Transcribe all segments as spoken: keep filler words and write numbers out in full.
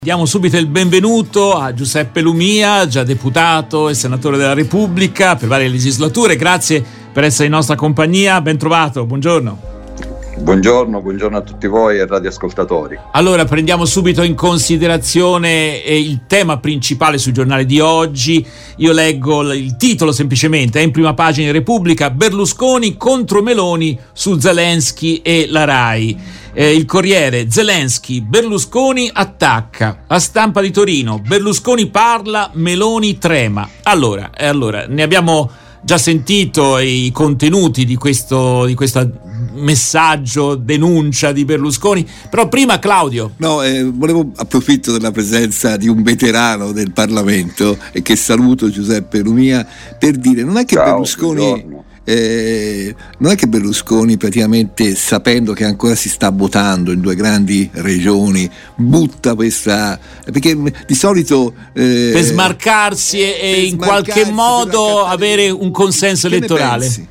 Diamo subito il benvenuto a Giuseppe Lumia, già deputato e senatore della Repubblica per varie legislature. Grazie per essere in nostra compagnia, ben trovato, buongiorno. Buongiorno, buongiorno a tutti voi e radioascoltatori. Allora, prendiamo subito in considerazione eh, il tema principale sul giornale di oggi. Io leggo il titolo semplicemente, è in prima pagina di Repubblica: Berlusconi contro Meloni su Zelensky e la Rai. Eh, il Corriere: Zelensky, Berlusconi attacca. La Stampa di Torino: Berlusconi parla, Meloni trema. Allora, eh, allora ne abbiamo già sentito i contenuti di questo di questo messaggio, denuncia di Berlusconi, però prima Claudio. No, eh, volevo approfitto della presenza di un veterano del Parlamento e che saluto, Giuseppe Lumia, per dire non è che Ciao, Berlusconi Eh, non è che Berlusconi, praticamente sapendo che ancora si sta votando in due grandi regioni, butta questa, perché di solito eh, per smarcarsi e, e in qualche modo avere un consenso che elettorale.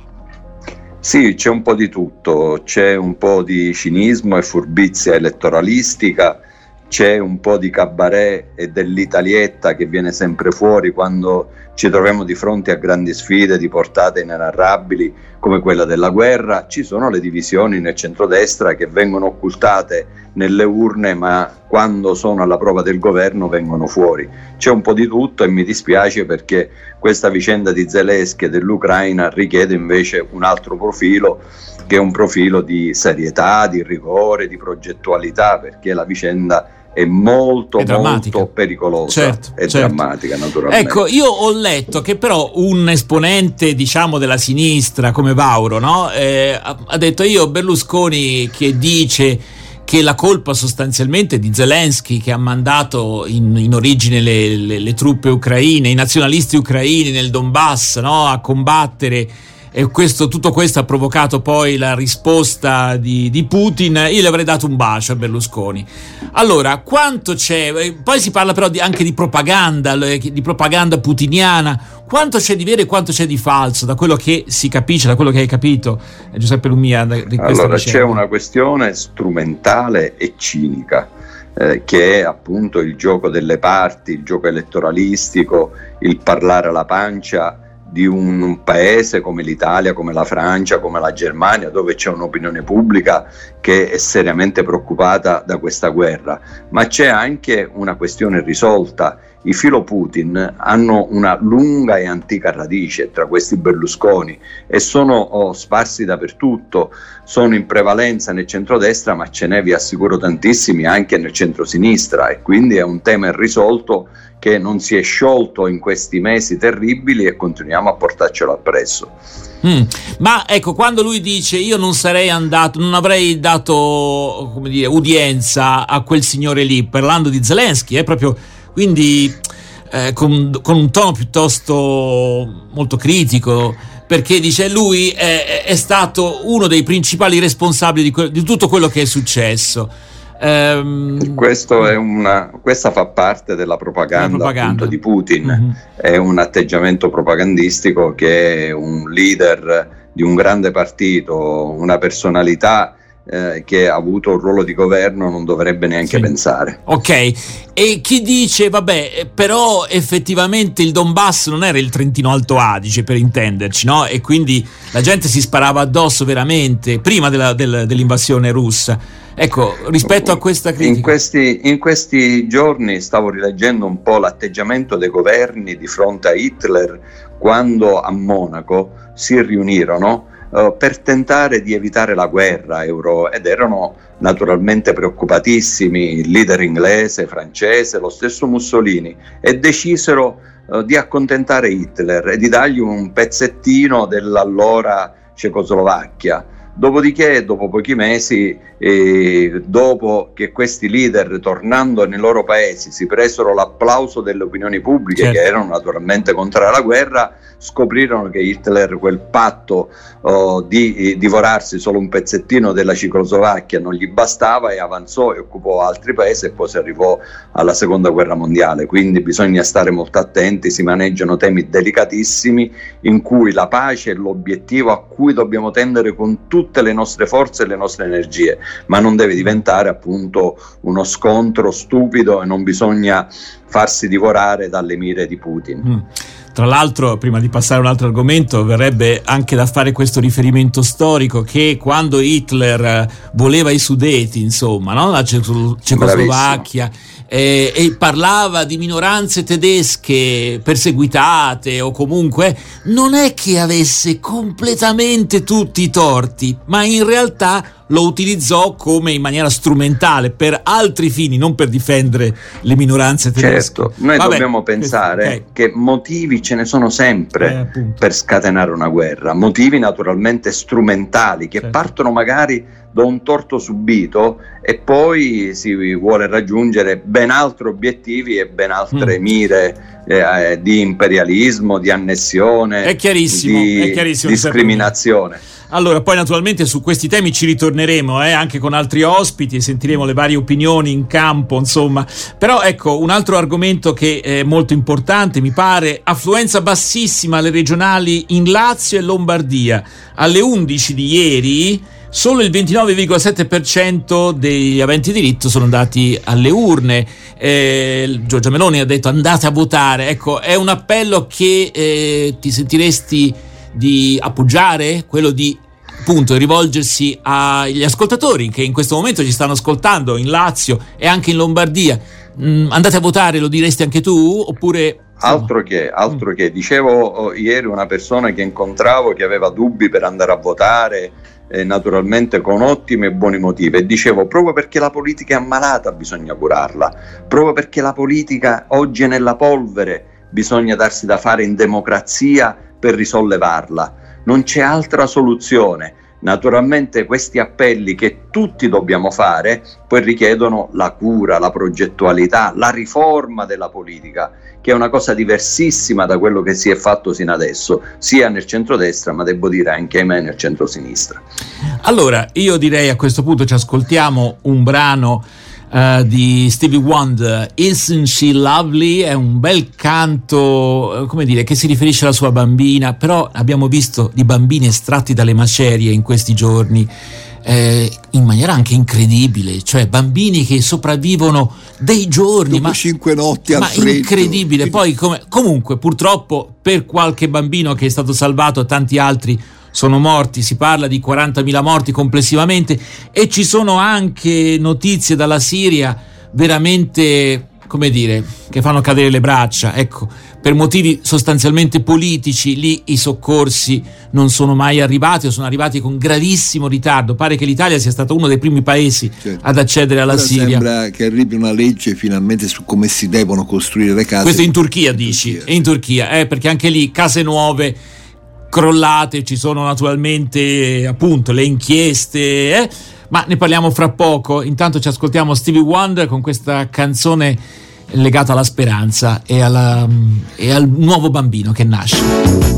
Sì, c'è un po' di tutto, c'è un po' di cinismo e furbizia elettoralistica, c'è un po' di cabaret e dell'italietta che viene sempre fuori quando ci troviamo di fronte a grandi sfide di portate inenarrabili come quella della guerra. Ci sono le divisioni nel centrodestra che vengono occultate nelle urne, ma quando sono alla prova del governo vengono fuori. C'è un po' di tutto e mi dispiace perché questa vicenda di Zelensky e dell'Ucraina richiede invece un altro profilo, che è un profilo di serietà, di rigore, di progettualità, perché la vicenda è molto è molto pericolosa, certo, è certo. drammatica naturalmente. Ecco, io ho letto che però un esponente, diciamo, della sinistra come Vauro, no? Eh, ha, ha detto: io Berlusconi che dice che la colpa sostanzialmente è di Zelensky, che ha mandato in, in origine le, le, le truppe ucraine, i nazionalisti ucraini nel Donbass, no? A combattere. E questo, tutto questo ha provocato poi la risposta di, di Putin. Io le avrei dato un bacio a Berlusconi. Allora, quanto c'è? Poi si parla però di, anche di propaganda, di propaganda putiniana. Quanto c'è di vero e quanto c'è di falso, da quello che si capisce, da quello che hai capito, Giuseppe Lumia, di questa Allora, vicenda? C'è una questione strumentale e cinica, eh, che è appunto il gioco delle parti, il gioco elettoralistico, il parlare alla pancia di un paese come l'Italia, come la Francia, come la Germania, dove c'è un'opinione pubblica che è seriamente preoccupata da questa guerra. Ma c'è anche una questione irrisolta. I filo Putin hanno una lunga e antica radice tra questi Berlusconi e sono oh, sparsi dappertutto, sono in prevalenza nel centrodestra, ma ce n'è, vi assicuro, tantissimi anche nel centrosinistra, e quindi è un tema irrisolto che non si è sciolto in questi mesi terribili e continuiamo a portarcelo appresso. Mm. Ma ecco, quando lui dice io non sarei andato, non avrei dato, come dire, udienza a quel signore lì, parlando di Zelensky, è eh, proprio, quindi eh, con, con un tono piuttosto molto critico, perché dice lui è, è stato uno dei principali responsabili di, que- di tutto quello che è successo. Um, Questo è una, questa fa parte della propaganda, propaganda. Appunto, di Putin. Mm-hmm. È un atteggiamento propagandistico che un leader di un grande partito, una personalità eh, che ha avuto un ruolo di governo non dovrebbe neanche sì. pensare. Ok, e chi dice vabbè, però effettivamente il Donbass non era il Trentino Alto Adige, per intenderci, no? E quindi la gente si sparava addosso veramente prima della, del, dell'invasione russa. Ecco, rispetto a questa critica. In questi, in questi giorni stavo rileggendo un po' l'atteggiamento dei governi di fronte a Hitler quando a Monaco si riunirono uh, per tentare di evitare la guerra euro, ed erano naturalmente preoccupatissimi il leader inglese, francese, lo stesso Mussolini, e decisero uh, di accontentare Hitler e di dargli un pezzettino dell'allora Cecoslovacchia. Dopodiché, dopo pochi mesi, eh, dopo che questi leader, tornando nei loro paesi, si presero l'applauso delle opinioni pubbliche, certo, che erano naturalmente contro la guerra, scoprirono che Hitler quel patto oh, di eh, divorarsi solo un pezzettino della Cecoslovacchia non gli bastava, e avanzò e occupò altri paesi, e poi si arrivò alla seconda guerra mondiale. Quindi bisogna stare molto attenti, si maneggiano temi delicatissimi in cui la pace è l'obiettivo a cui dobbiamo tendere con tutti tutte le nostre forze e le nostre energie, ma non deve diventare appunto uno scontro stupido e non bisogna farsi divorare dalle mire di Putin. Mm. Tra l'altro, prima di passare a un altro argomento, verrebbe anche da fare questo riferimento storico che quando Hitler voleva i Sudeti, insomma, no? La Cecoslovacchia, eh, e parlava di minoranze tedesche perseguitate o comunque, non è che avesse completamente tutti i torti, ma in realtà lo utilizzò come in maniera strumentale per altri fini, non per difendere le minoranze tedesche. Certo, noi Vabbè, dobbiamo pensare okay. che motivi ce ne sono sempre eh, per scatenare una guerra, motivi naturalmente strumentali che certo. partono magari da un torto subito e poi si vuole raggiungere ben altri obiettivi e ben altre mm. mire eh, di imperialismo, di annessione, è chiarissimo, di è chiarissimo, discriminazione. Allora, poi naturalmente su questi temi ci ritorneremo eh, anche con altri ospiti e sentiremo le varie opinioni in campo, insomma. Però ecco, un altro argomento che è molto importante, mi pare, affluenza bassissima alle regionali in Lazio e Lombardia. Alle undici di ieri solo il ventinove virgola sette per cento degli aventi diritto sono andati alle urne. Eh, Giorgia Meloni ha detto andate a votare. Ecco, è un appello che eh, ti sentiresti di appoggiare, quello di appunto rivolgersi agli ascoltatori che in questo momento ci stanno ascoltando in Lazio e anche in Lombardia. Mm, andate a votare, lo diresti anche tu oppure? Altro che, altro mm. che dicevo oh, ieri una persona che incontravo che aveva dubbi per andare a votare, eh, naturalmente con ottimi e buoni motivi, e dicevo proprio perché la politica è ammalata bisogna curarla, proprio perché la politica oggi è nella polvere bisogna darsi da fare in democrazia per risollevarla, non c'è altra soluzione. Naturalmente questi appelli che tutti dobbiamo fare poi richiedono la cura, la progettualità, la riforma della politica, che è una cosa diversissima da quello che si è fatto sino adesso, sia nel centrodestra ma devo dire anche ahimè nel centrosinistra. Allora io direi a questo punto ci ascoltiamo un brano Uh, di Stevie Wonder, Isn't She Lovely? È un bel canto, uh, come dire, che si riferisce alla sua bambina, però abbiamo visto di bambini estratti dalle macerie in questi giorni eh, in maniera anche incredibile, cioè bambini che sopravvivono dei giorni, dopo ma cinque notti al ma freddo. Incredibile. Poi come, comunque purtroppo per qualche bambino che è stato salvato, tanti altri sono morti, si parla di quarantamila morti complessivamente, e ci sono anche notizie dalla Siria veramente, come dire, che fanno cadere le braccia. Ecco, per motivi sostanzialmente politici lì i soccorsi non sono mai arrivati o sono arrivati con gravissimo ritardo. Pare che l'Italia sia stato uno dei primi paesi certo. ad accedere alla Ora Siria. Sembra che arrivi una legge finalmente su come si devono costruire le case. Questo in Turchia, in dici? Turchia, in Turchia, eh, perché anche lì case nuove crollate, ci sono naturalmente appunto le inchieste, eh? ma ne parliamo fra poco. Intanto ci ascoltiamo Stevie Wonder con questa canzone legata alla speranza e, alla, e al nuovo bambino che nasce.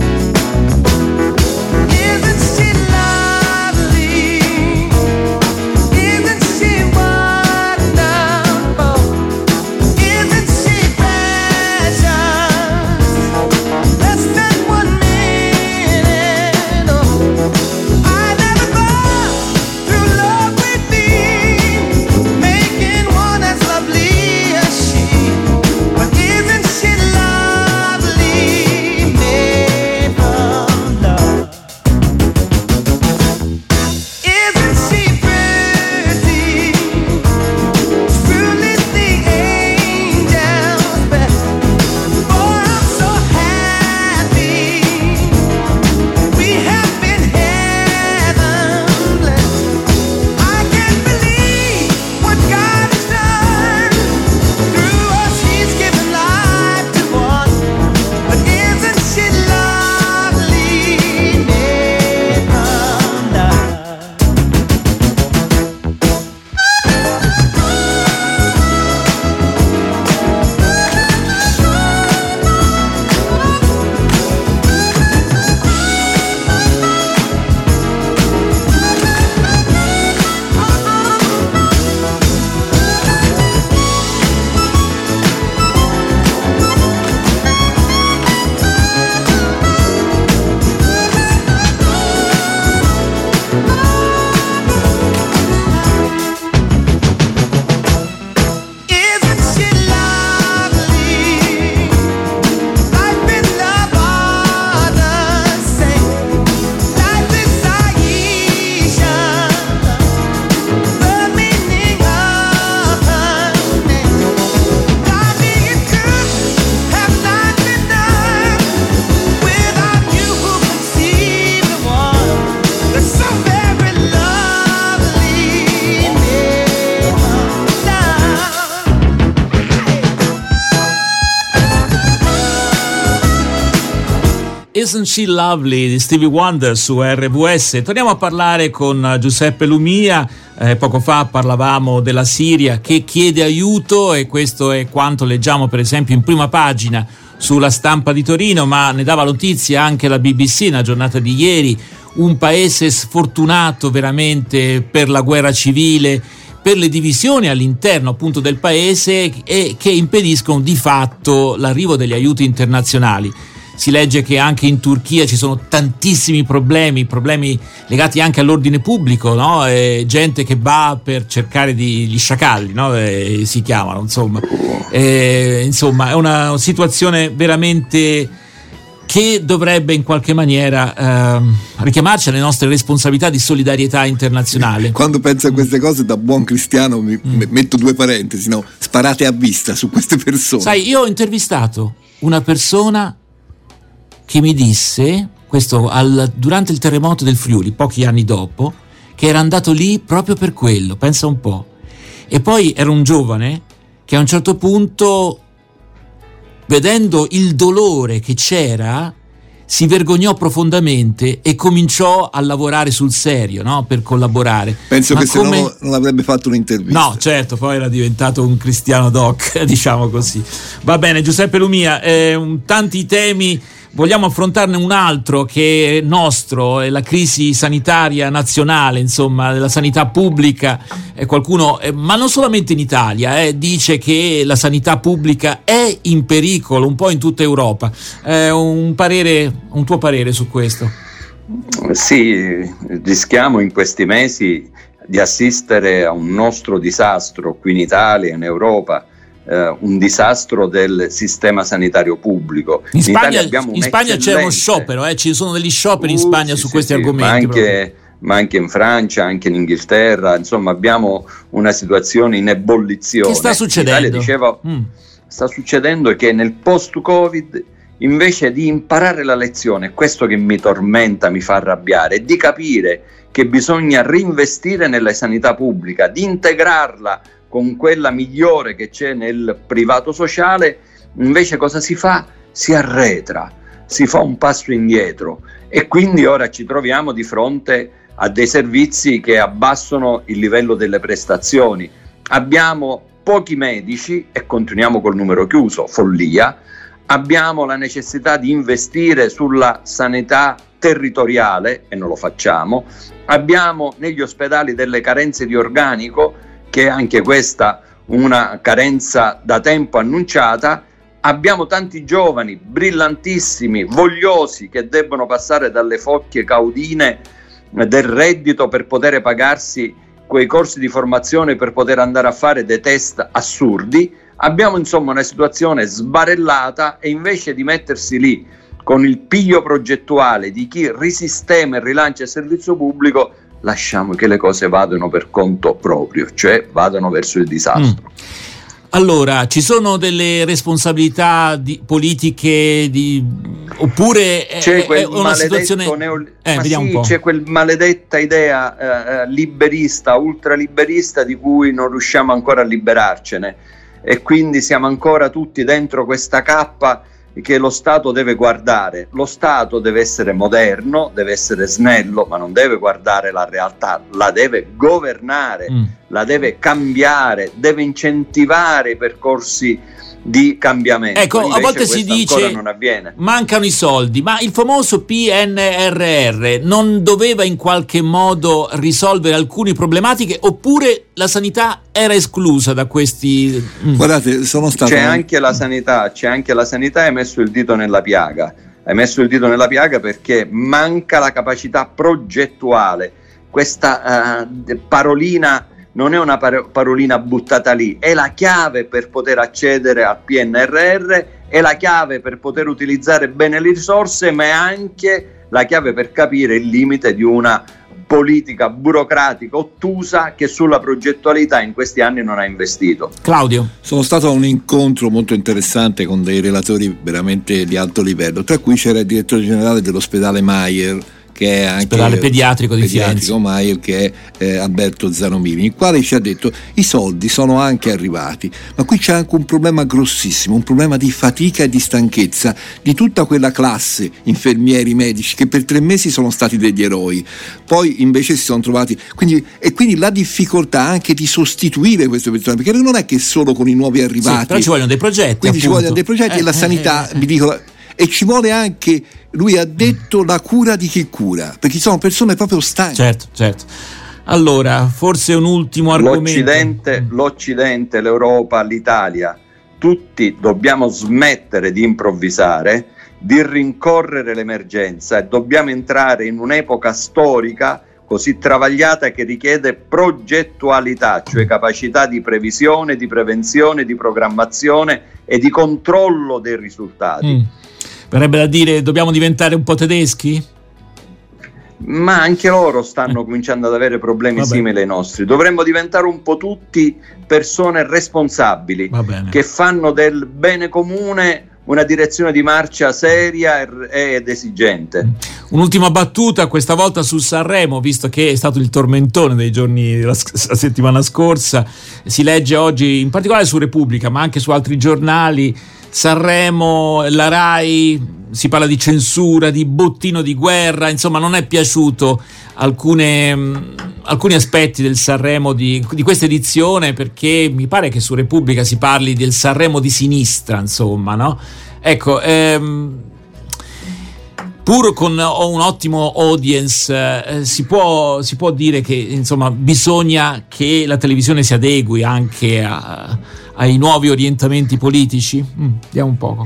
Isn't She Lovely di Stevie Wonder su R V S. Torniamo a parlare con Giuseppe Lumia. Eh, poco fa parlavamo della Siria che chiede aiuto, e questo è quanto leggiamo per esempio in prima pagina sulla Stampa di Torino, ma ne dava notizia anche la B B C nella giornata di ieri. Un paese sfortunato veramente per la guerra civile, per le divisioni all'interno appunto del paese, e che impediscono di fatto l'arrivo degli aiuti internazionali. Si legge che anche in Turchia ci sono tantissimi problemi, problemi legati anche all'ordine pubblico, no? E gente che va per cercare di, gli sciacalli, no? E si chiamano, insomma. E, insomma, è una situazione veramente che dovrebbe in qualche maniera eh, richiamarci alle nostre responsabilità di solidarietà internazionale. Quando penso a queste cose, da buon cristiano mi mm. metto due parentesi, no? Sparate a vista su queste persone. Sai, io ho intervistato una persona che mi disse, questo al, durante il terremoto del Friuli, pochi anni dopo, che era andato lì proprio per quello, pensa un po'. E poi era un giovane che a un certo punto, vedendo il dolore che c'era, si vergognò profondamente e cominciò a lavorare sul serio, no? Per collaborare. Penso Ma che come... se no non avrebbe fatto un'intervista. No, certo, poi era diventato un cristiano doc, diciamo così. Va bene, Giuseppe Lumia, eh, un, tanti temi. Vogliamo affrontarne un altro che è nostro, è la crisi sanitaria nazionale, insomma, della sanità pubblica. E qualcuno, eh, ma non solamente in Italia, eh, dice che la sanità pubblica è in pericolo un po' in tutta Europa. Eh, un parere, un tuo parere su questo? Sì, rischiamo in questi mesi di assistere a un nostro disastro qui in Italia, in Europa. Uh, un disastro del sistema sanitario pubblico. In, in Spagna, abbiamo in Spagna c'è uno sciopero, eh? Ci sono degli scioperi uh, in Spagna sì, su sì, questi sì, argomenti. Ma anche, ma anche in Francia, anche in Inghilterra, insomma abbiamo una situazione in ebollizione. Che sta succedendo? In Italia, dicevo, mm. sta succedendo che nel post-Covid, invece di imparare la lezione, questo che mi tormenta, mi fa arrabbiare, è di capire che bisogna reinvestire nella sanità pubblica, di integrarla con quella migliore che c'è nel privato sociale, invece cosa si fa? Si arretra, si fa un passo indietro, e quindi ora ci troviamo di fronte a dei servizi che abbassano il livello delle prestazioni. Abbiamo pochi medici e continuiamo col numero chiuso, follia. Abbiamo la necessità di investire sulla sanità territoriale e non lo facciamo. Abbiamo negli ospedali delle carenze di organico, che è anche questa una carenza da tempo annunciata. Abbiamo tanti giovani brillantissimi, vogliosi, che debbono passare dalle focche caudine del reddito per poter pagarsi quei corsi di formazione, per poter andare a fare dei test assurdi. Abbiamo insomma una situazione sbarellata, e invece di mettersi lì con il piglio progettuale di chi risistema e rilancia il servizio pubblico, lasciamo che le cose vadano per conto proprio, cioè vadano verso il disastro. Mm. Allora, ci sono delle responsabilità di, politiche di, oppure c'è è, quel è una situazione neo... eh, ma vediamo sì, un po'. C'è quel maledetta idea eh, liberista, ultraliberista, di cui non riusciamo ancora a liberarcene, e quindi siamo ancora tutti dentro questa cappa che lo Stato deve guardare. Lo Stato deve essere moderno, deve essere snello, ma non deve guardare la realtà, la deve governare, mm. la deve cambiare, deve incentivare i percorsi di cambiamento. Ecco, a volte si dice non avviene. Mancano i soldi, ma il famoso P N R R non doveva in qualche modo risolvere alcune problematiche, oppure la sanità era esclusa da questi? Mm. Guardate, sono stato c'è anche la sanità, c'è anche la sanità, hai messo il dito nella piaga. Hai messo il dito nella piaga perché manca la capacità progettuale. Questa uh, parolina non è una parolina buttata lì, è la chiave per poter accedere al P N R R, è la chiave per poter utilizzare bene le risorse, ma è anche la chiave per capire il limite di una politica burocratica ottusa che sulla progettualità in questi anni non ha investito. Claudio. Sono stato a un incontro molto interessante con dei relatori veramente di alto livello, tra cui c'era il direttore generale dell'ospedale Mayer, che è anche ospedale pediatrico di pediatrico Firenze, Maio, che è eh, Alberto Zanomini, il quale ci ha detto i soldi sono anche arrivati, ma qui c'è anche un problema grossissimo, un problema di fatica e di stanchezza di tutta quella classe, infermieri, medici, che per tre mesi sono stati degli eroi, poi invece si sono trovati, quindi, e quindi la difficoltà anche di sostituire queste persone, perché non è che solo con i nuovi arrivati, sì, però ci vogliono dei progetti, quindi appunto. ci vogliono dei progetti eh, e la sanità, eh, eh. vi dico, e ci vuole anche, lui ha detto, la cura di chi cura, perché sono persone proprio stanche. Certo, certo. Allora, forse un ultimo argomento. L'Occidente, l'Occidente, l'Europa, l'Italia, tutti dobbiamo smettere di improvvisare, di rincorrere l'emergenza e dobbiamo entrare in un'epoca storica così travagliata che richiede progettualità, cioè capacità di previsione, di prevenzione, di programmazione e di controllo dei risultati. Mm. Verrebbe da dire, dobbiamo diventare un po' tedeschi? Ma anche loro stanno cominciando ad avere problemi Vabbè. simili ai nostri. Dovremmo diventare un po' tutti persone responsabili, che fanno del bene comune una direzione di marcia seria ed esigente. Un'ultima battuta, questa volta su Sanremo, visto che è stato il tormentone dei giorni della settimana scorsa. Si legge oggi, in particolare su Repubblica, ma anche su altri giornali, Sanremo, la Rai, si parla di censura, di bottino di guerra, insomma non è piaciuto alcune, mh, alcuni aspetti del Sanremo di, di questa edizione, perché mi pare che su Repubblica si parli del Sanremo di sinistra, insomma, no? Ecco, ehm, pur con un ottimo audience, eh, si può, si può dire che insomma bisogna che la televisione si adegui anche a, ai nuovi orientamenti politici? Mm, vediamo un poco.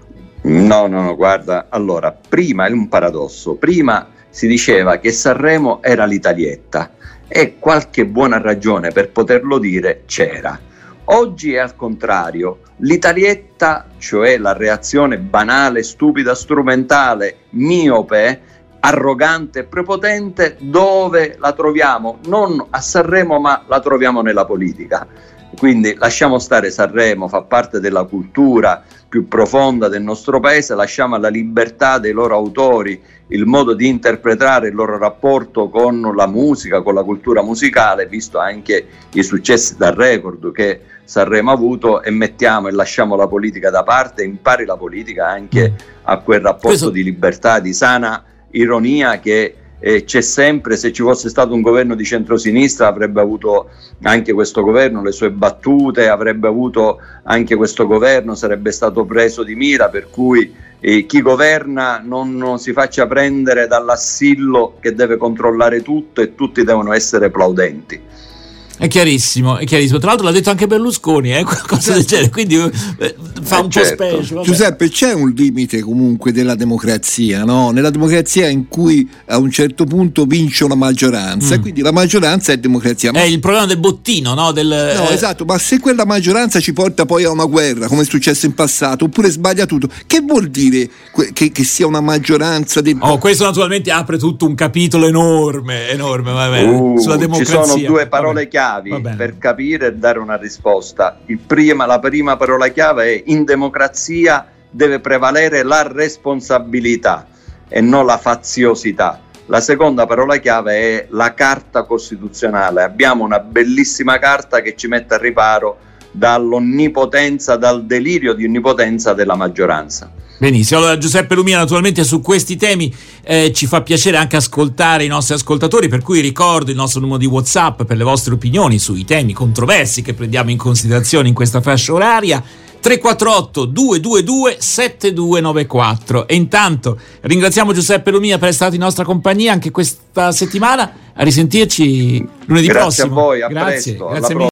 No, no, no, guarda, allora, prima è un paradosso, prima si diceva che Sanremo era l'Italietta e qualche buona ragione per poterlo dire c'era. Oggi è al contrario, l'Italietta, cioè la reazione banale, stupida, strumentale, miope, arrogante e prepotente, dove la troviamo? Non a Sanremo, ma la troviamo nella politica. Quindi lasciamo stare Sanremo, fa parte della cultura più profonda del nostro paese, lasciamo alla libertà dei loro autori il modo di interpretare il loro rapporto con la musica, con la cultura musicale, visto anche i successi da record che Sanremo ha avuto, e mettiamo e lasciamo la politica da parte, impari la politica anche a quel rapporto Questo... di libertà, di sana ironia che eh, c'è sempre. Se ci fosse stato un governo di centrosinistra avrebbe avuto anche questo governo le sue battute, avrebbe avuto anche questo governo, sarebbe stato preso di mira, per cui eh, chi governa non, non si faccia prendere dall'assillo che deve controllare tutto e tutti devono essere plaudenti. È chiarissimo, è chiarissimo. Tra l'altro l'ha detto anche Berlusconi, eh, qualcosa del genere, quindi eh, fa eh, un certo. po' specie. Vabbè. Giuseppe, c'è un limite comunque della democrazia, no? Nella democrazia in cui a un certo punto vince una maggioranza, mm. quindi la maggioranza è democrazia. Ma... È il problema del bottino, no? Del, no, eh... esatto, ma se quella maggioranza ci porta poi a una guerra, come è successo in passato, oppure sbaglia tutto, che vuol dire che, che sia una maggioranza del... Oh, questo naturalmente apre tutto un capitolo enorme, enorme, vabbè, uh, sulla democrazia. Ci sono due parole vabbè. chiave per capire e dare una risposta. Il prima, la prima parola chiave è: in democrazia deve prevalere la responsabilità e non la faziosità. La seconda parola chiave è la Carta Costituzionale. Abbiamo una bellissima carta che ci mette al riparo dall'onnipotenza, dal delirio di onnipotenza della maggioranza. Benissimo, allora Giuseppe Lumia naturalmente su questi temi eh, ci fa piacere anche ascoltare i nostri ascoltatori, per cui ricordo il nostro numero di WhatsApp per le vostre opinioni sui temi controversi che prendiamo in considerazione in questa fascia oraria, tre quattro otto due due due sette due nove quattro. E intanto ringraziamo Giuseppe Lumia per essere stato in nostra compagnia anche questa settimana. A risentirci lunedì Grazie prossimo. A voi, a Grazie, presto, grazie mille.